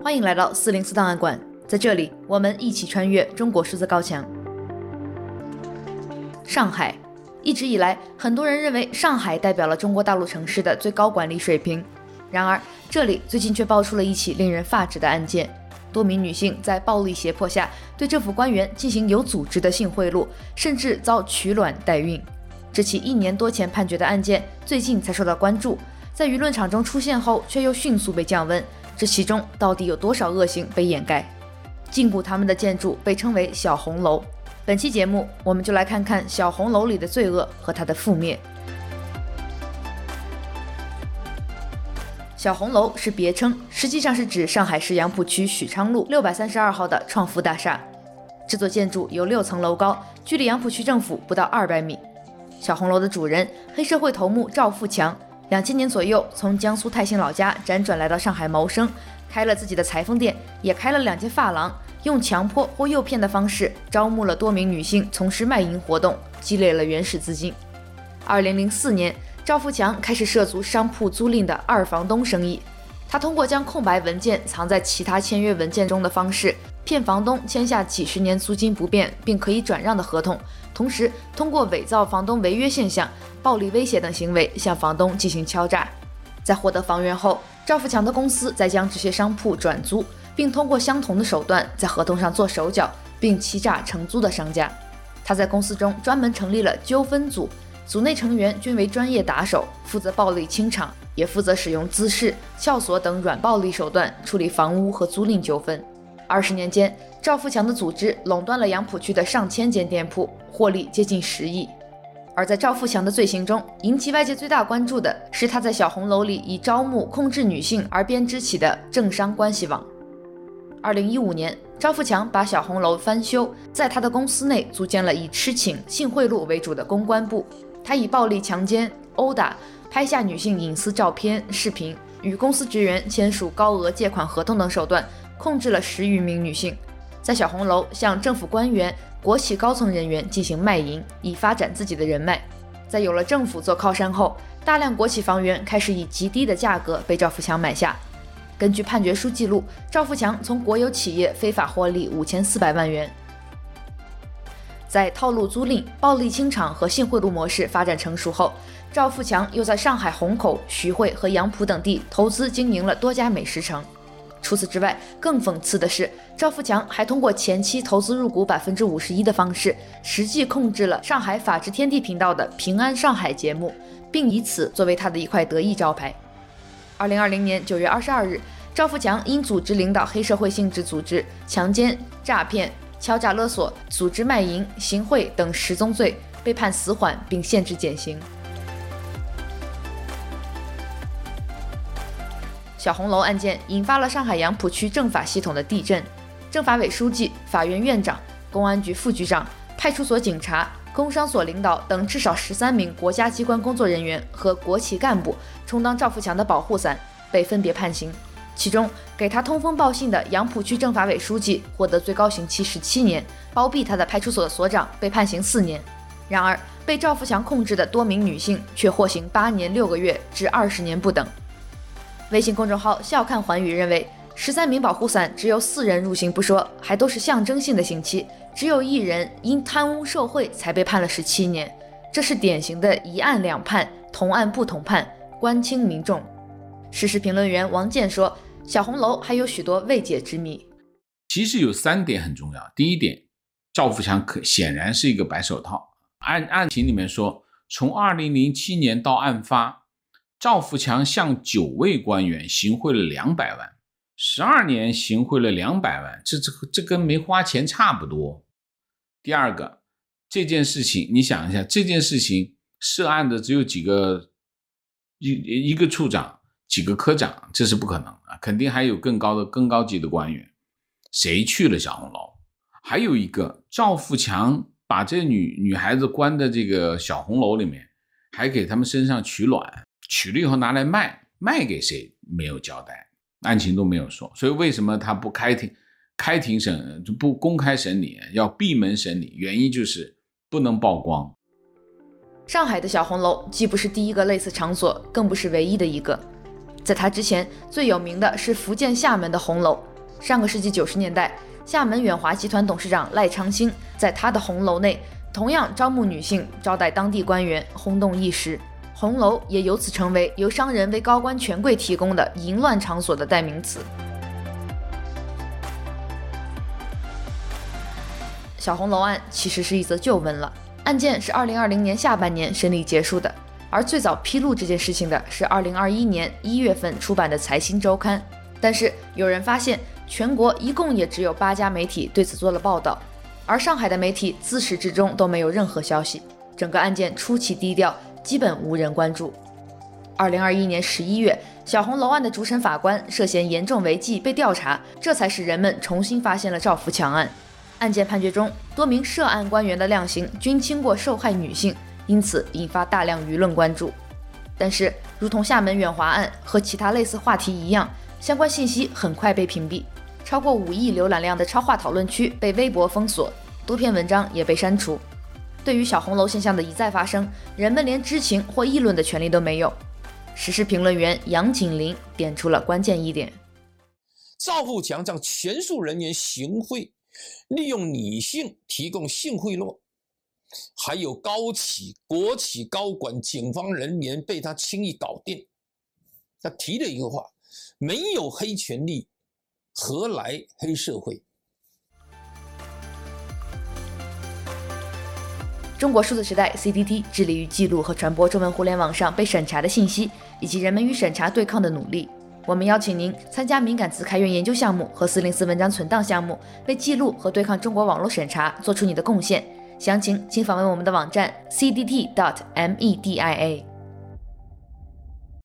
欢迎来到404档案馆，在这里我们一起穿越中国数字高墙。上海，一直以来很多人认为上海代表了中国大陆城市的最高管理水平，然而这里最近却爆出了一起令人发指的案件，多名女性在暴力胁迫下对政府官员进行有组织的性贿赂，甚至遭取卵代孕。这起1年多前判决的案件最近才受到关注，在舆论场中出现后却又迅速被降温，这其中到底有多少恶行被掩盖？禁锢他们的建筑被称为小红楼。本期节目我们就来看看小红楼里的罪恶和它的覆灭。小红楼是别称，实际上是指上海市杨浦区许昌路632号的创福大厦。这座建筑有6层楼高，距离杨浦区政府不到200米。小红楼的主人黑社会头目赵富强，2000年左右从江苏泰兴老家辗转来到上海谋生，开了自己的裁缝店，也开了2间发廊，用强迫或诱骗的方式招募了多名女性从事卖淫活动，积累了原始资金。2004年，赵富强开始涉足商铺租赁的二房东生意。他通过将空白文件藏在其他签约文件中的方式，骗房东签下几10年租金不变并可以转让的合同，同时通过伪造房东违约现象、暴力威胁等行为向房东进行敲诈。在获得房源后，赵富强的公司再将这些商铺转租，并通过相同的手段在合同上做手脚，并欺诈承租的商家。他在公司中专门成立了纠纷组，组内成员均为专业打手，负责暴力清场，也负责使用滋事、撬锁等软暴力手段处理房屋和租赁纠纷。20年间，赵富强的组织垄断了杨浦区的上千间店铺，获利接近10亿。而在赵富强的罪行中，引起外界最大关注的是他在小红楼里以招募、控制女性而编织起的政商关系网。2015年，赵富强把小红楼翻修，在他的公司内组建了以痴情、性贿赂为主的公关部。他以暴力强奸、殴打、拍下女性隐私照片、视频，与公司职员签署高额借款合同等手段，控制了10余名女性，在小红楼向政府官员、国企高层人员进行卖淫，以发展自己的人脉。在有了政府做靠山后，大量国企房源开始以极低的价格被赵富强买下。根据判决书记录，赵富强从国有企业非法获利5400万元。在套路租赁、暴力清场和性贿赂模式发展成熟后，赵富强又在上海虹口、徐汇和杨浦等地投资经营了多家美食城。除此之外，更讽刺的是，赵富强还通过前期投资入股51%的方式，实际控制了上海法治天地频道的平安上海节目，并以此作为他的一块得意招牌。2020年9月22日，赵富强因组织领导黑社会性质组织、强奸、诈骗、敲诈勒索、组织卖淫、行贿等10宗罪，被判死缓并限制减刑。小红楼案件引发了上海杨浦区政法系统的地震，政法委书记、法院院长、公安局副局长、派出所警察、工商所领导等至少13名国家机关工作人员和国企干部充当赵富强的保护伞，被分别判刑。其中给他通风报信的杨浦区政法委书记获得最高刑期17年，包庇他的派出所所长被判刑4年。然而被赵富强控制的多名女性却获刑8年6个月至20年不等。微信公众号笑看寰宇认为，13名保护伞只有4人入刑不说，还都是象征性的刑期，只有1人因贪污受贿才被判了17年，这是典型的一案两判，同案不同判，官轻民重。时事评论员王健说，小红楼还有许多未解之谜。 其实有3点很重要。第一点，赵富强显然是一个白手套。案情里面说，从2007年到案发，赵富强向9位官员行贿了200万，12年行贿了200万，这跟没花钱差不多。第二个，这件事情你想一下，这件事情涉案的只有几个，一个处长，几个科长，这是不可能的，肯定还有更高级的官员。谁去了小红楼？还有一个，赵富强把这女孩子关在这个小红楼里面，还给他们身上取卵，取了以后拿来卖给谁没有交代，案情都没有说。所以为什么他不开庭审，不公开审理，要闭门审理，原因就是不能曝光。 上海的小红楼既不是第一个类似场所，更不是唯一的一个。在它之前，最有名的是福建厦门的红楼， 上个世纪90年代，厦门远华集团董事长赖昌星在他的红楼内同样招募女性，招待当地官员，轰动一时。红楼也由此成为由商人为高官权贵提供的淫乱场所的代名词。小红楼案其实是一则旧闻了，案件是2020年下半年审理结束的，而最早披露这件事情的是2021年1月份出版的《财新周刊》。但是有人发现，全国一共也只有8家媒体对此做了报道，而上海的媒体自始至终都没有任何消息，整个案件出奇低调，基本无人关注。2021年11月，小红楼案的主审法官涉嫌严重违纪被调查，这才使人们重新发现了赵福强案。案件判决中，多名涉案官员的量刑均轻过受害女性，因此引发大量舆论关注。但是，如同厦门远华案和其他类似话题一样，相关信息很快被屏蔽，超过5亿浏览量的超话讨论区被微博封锁，多篇文章也被删除。对于小红楼现象的一再发生，人们连知情或议论的权利都没有。时事评论员杨景林点出了关键一点： 赵富强将权术人员行贿，利用女性提供性贿赂，还有高企、国企高管、警方人员被他轻易搞定。他提了一个话：没有黑权力，何来黑社会？ 中国数字时代 CDT 致力于记录和传播中文互联网上被审查的信息，以及人们与审查对抗的努力。我们邀请您参加敏感词开源研究项目和404文章存档项目，为记录和对抗中国网络审查做出你的贡献。详情请访问我们的网站 cdt.media。